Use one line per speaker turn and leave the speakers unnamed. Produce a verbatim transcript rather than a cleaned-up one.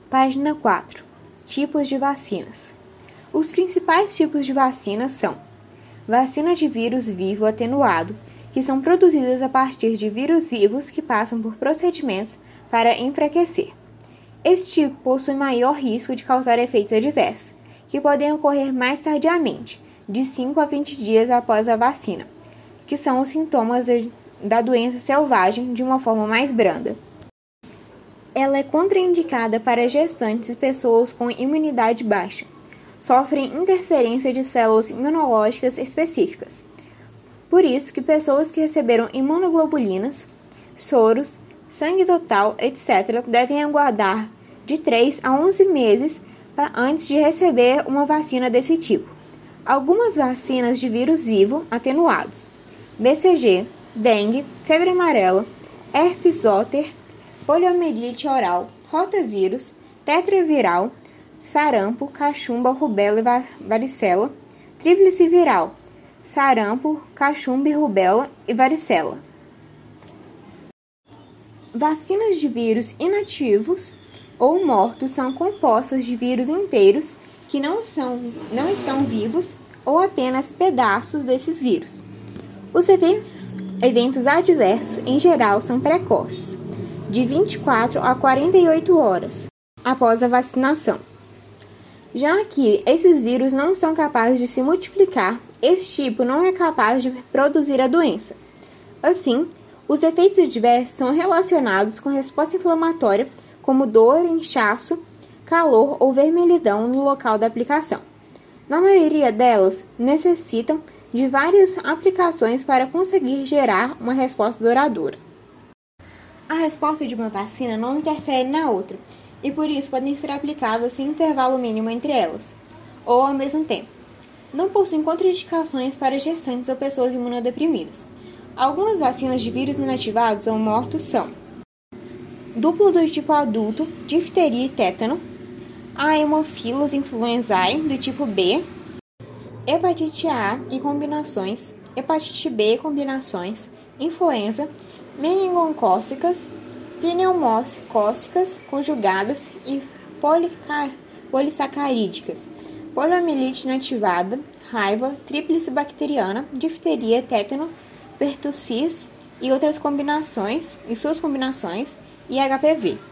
Página quatro. Tipos de vacinas. Os principais tipos de vacinas são: vacina de vírus vivo atenuado, que são produzidas a partir de vírus vivos que passam por procedimentos para enfraquecer. Este tipo possui maior risco de causar efeitos adversos, que podem ocorrer mais tardiamente, de cinco a vinte dias após a vacina, que são os sintomas da doença selvagem de uma forma mais branda. Ela é contraindicada para gestantes e pessoas com imunidade baixa. Sofrem interferência de células imunológicas específicas. Por isso que pessoas que receberam imunoglobulinas, soros, sangue total, etcétera, devem aguardar de três a onze meses antes de receber uma vacina desse tipo. Algumas vacinas de vírus vivo atenuados: B C G, dengue, febre amarela, herpes zoster, poliomielite oral, rotavírus, tetraviral, sarampo, cachumba, rubéola e varicela, tríplice viral, sarampo, cachumba, rubéola e varicela. Vacinas de vírus inativos ou mortos são compostas de vírus inteiros que não, são, não estão vivos ou apenas pedaços desses vírus. Os eventos, eventos adversos, em geral, são precoces, de vinte e quatro a quarenta e oito horas após a vacinação. Já que esses vírus não são capazes de se multiplicar, esse tipo não é capaz de produzir a doença. Assim, os efeitos adversos são relacionados com resposta inflamatória, como dor, inchaço, calor ou vermelhidão no local da aplicação. Na maioria delas, necessitam de várias aplicações para conseguir gerar uma resposta duradoura. A resposta de uma vacina não interfere na outra, e por isso podem ser aplicadas sem intervalo mínimo entre elas, ou ao mesmo tempo. Não possuem contraindicações para gestantes ou pessoas imunodeprimidas. Algumas vacinas de vírus inativados ou mortos são: duplo do tipo adulto, difteria e tétano, a Haemophilus influenzae do tipo B, hepatite A e combinações, hepatite B e combinações, influenza, meningocócicas, pneumocócicas conjugadas e polissacarídicas, poliomielite inativada, raiva, tríplice bacteriana, difteria, tétano, pertussis e outras combinações, e suas combinações, e H P V.